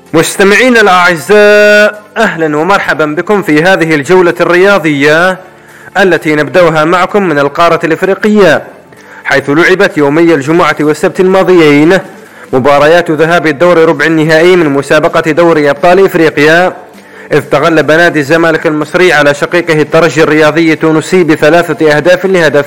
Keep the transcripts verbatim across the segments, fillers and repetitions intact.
مستمعينا الأعزاء، أهلا ومرحبا بكم في هذه الجولة الرياضية التي نبدأها معكم من القارة الإفريقية، حيث لعبت يومي الجمعة والسبت الماضيين مباريات ذهاب الدور ربع النهائي من مسابقة دوري أبطال إفريقيا، إذ تغلب نادي الزمالك المصري على شقيقه الترجي الرياضي التونسي بثلاثة أهداف لهدف.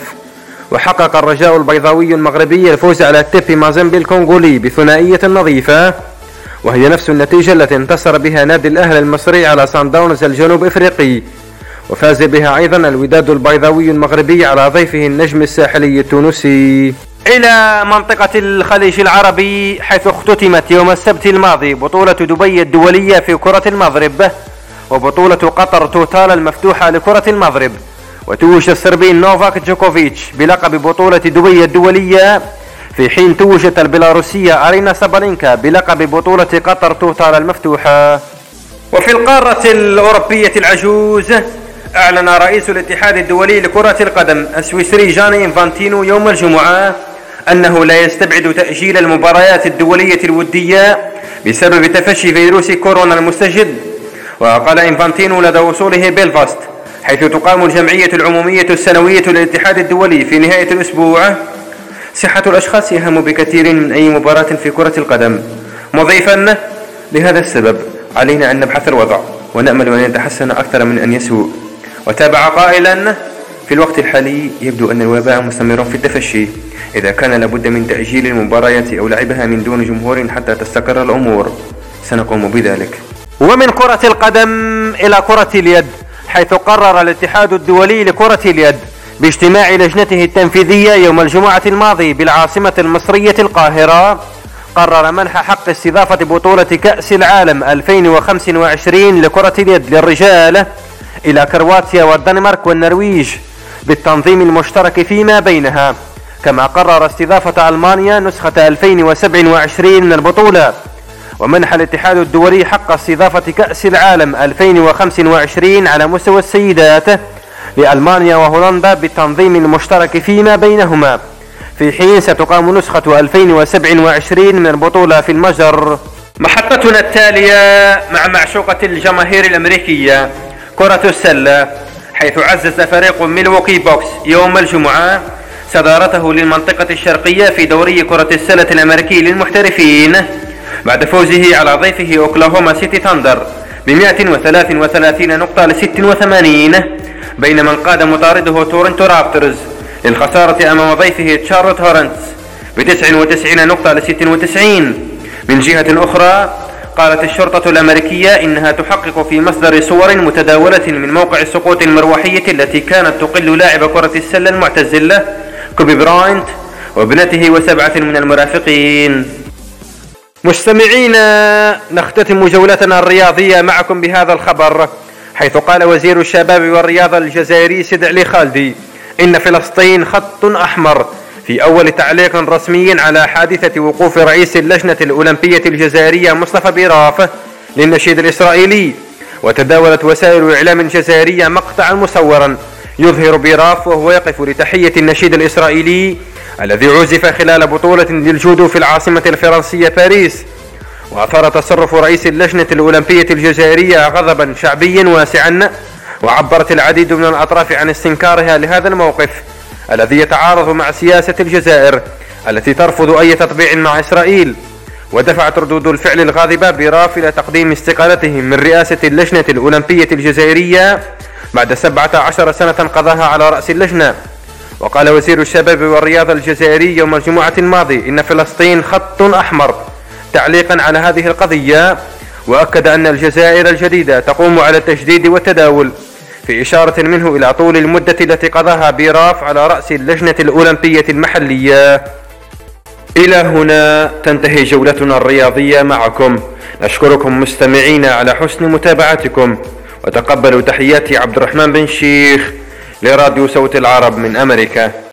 وحقق الرجاء البيضاوي المغربي الفوز على التيبي مازيمبي الكونغولي بثنائية نظيفة، وهي نفس النتيجة التي انتصر بها نادي الأهلي المصري على سان داونز الجنوب إفريقي، وفاز بها أيضا الوداد البيضاوي المغربي على ضيفه النجم الساحلي التونسي. إلى منطقة الخليج العربي، حيث اختتمت يوم السبت الماضي بطولة دبي الدولية في كرة المضرب، وبطولة قطر توتال المفتوحة لكرة المضرب، وتوج الصربي نوفاك جوكوفيتش بلقب بطولة دبي الدولية، في حين توجت البيلاروسية أرينا سابالينكا بلقب بطولة قطر توتال المفتوحة. وفي القارة الأوروبية العجوز، أعلن رئيس الاتحاد الدولي لكرة القدم السويسري جاني إنفانتينو يوم الجمعة أنه لا يستبعد تأجيل المباريات الدولية الودية بسبب تفشي فيروس كورونا المستجد. وقال إنفانتينو لدى وصوله بيلفاست، حيث تقام الجمعية العمومية السنوية للاتحاد الدولي في نهاية الأسبوع: صحة الأشخاص أهم بكثير من أي مباراة في كرة القدم، مضيفا: لهذا السبب علينا أن نبحث الوضع ونأمل أن يتحسن أكثر من أن يسوء. وتابع قائلا: في الوقت الحالي يبدو أن الوباء مستمر في التفشي، إذا كان لابد من تأجيل المباريات أو لعبها من دون جمهور حتى تستقر الأمور سنقوم بذلك. ومن كرة القدم إلى كرة اليد، حيث قرر الاتحاد الدولي لكرة اليد باجتماع لجنته التنفيذية يوم الجمعة الماضي بالعاصمة المصرية القاهرة، قرر منح حق استضافة بطولة كأس العالم ألفين وخمسة وعشرين لكرة اليد للرجال إلى كرواتيا والدنمارك والنرويج بالتنظيم المشترك فيما بينها، كما قرر استضافة ألمانيا نسخة ألفين وسبعة وعشرين من البطولة. ومنح الاتحاد الدولي حق استضافة كأس العالم ألفين وخمسة وعشرين على مستوى السيدات لألمانيا وهولندا بالتنظيم المشترك فيما بينهما، في حين ستقام نسخة ألفين وسبعة وعشرين من البطولة في المجر. محطتنا التالية مع معشوقة الجماهير الأمريكية، كرة السلة، حيث عزز فريق ميلواukee بوكس يوم الجمعة صدارته للمنطقة الشرقية في دوري كرة السلة الأمريكي للمحترفين بعد فوزه على ضيفه أوكلاهوما سيتي ثاندر بمئة وثلاث وثلاثين نقطة لست وثمانين، بينما انقاد مطارده تورنتو رابترز للخسارة أمام ضيفه تشارلوت هورنتس بتسع وتسعين نقطة لست وتسعين. من جهة أخرى، قالت الشرطة الأمريكية إنها تحقق في مصدر صور متداولة من موقع السقوط المروحية التي كانت تقل لاعب كرة السلة المعتزلة كوبي براينت وابنته وسبعة من المرافقين. مستمعينا، نختتم جولتنا الرياضية معكم بهذا الخبر، حيث قال وزير الشباب والرياضة الجزائري سيد علي خالدي إن فلسطين خط أحمر، في أول تعليق رسمي على حادثة وقوف رئيس اللجنة الأولمبية الجزائرية مصطفى بيراف للنشيد الإسرائيلي. وتداولت وسائل الإعلام الجزائرية مقطعا مصورا يظهر بيراف وهو يقف لتحية النشيد الإسرائيلي الذي عزف خلال بطولة للجودو في العاصمة الفرنسية باريس. وأثار تصرف رئيس اللجنة الأولمبية الجزائرية غضبا شعبيا واسعا، وعبرت العديد من الأطراف عن استنكارها لهذا الموقف الذي يتعارض مع سياسة الجزائر التي ترفض أي تطبيع مع إسرائيل. ودفعت ردود الفعل الغاضبة بيراف إلى تقديم استقالته من رئاسة اللجنة الأولمبية الجزائرية بعد سبعة عشر سنة قضاها على رأس اللجنة. وقال وزير الشباب والرياضة الجزائري يوم الجمعة الماضي إن فلسطين خط أحمر تعليقا على هذه القضية، وأكد أن الجزائر الجديدة تقوم على التجديد والتداول، في إشارة منه إلى طول المدة التي قضاها بيراف على رأس اللجنة الأولمبية المحلية. إلى هنا تنتهي جولتنا الرياضية معكم، نشكركم مستمعينا على حسن متابعتكم، وتقبلوا تحياتي عبد الرحمن بن شيخ لراديو صوت العرب من أمريكا.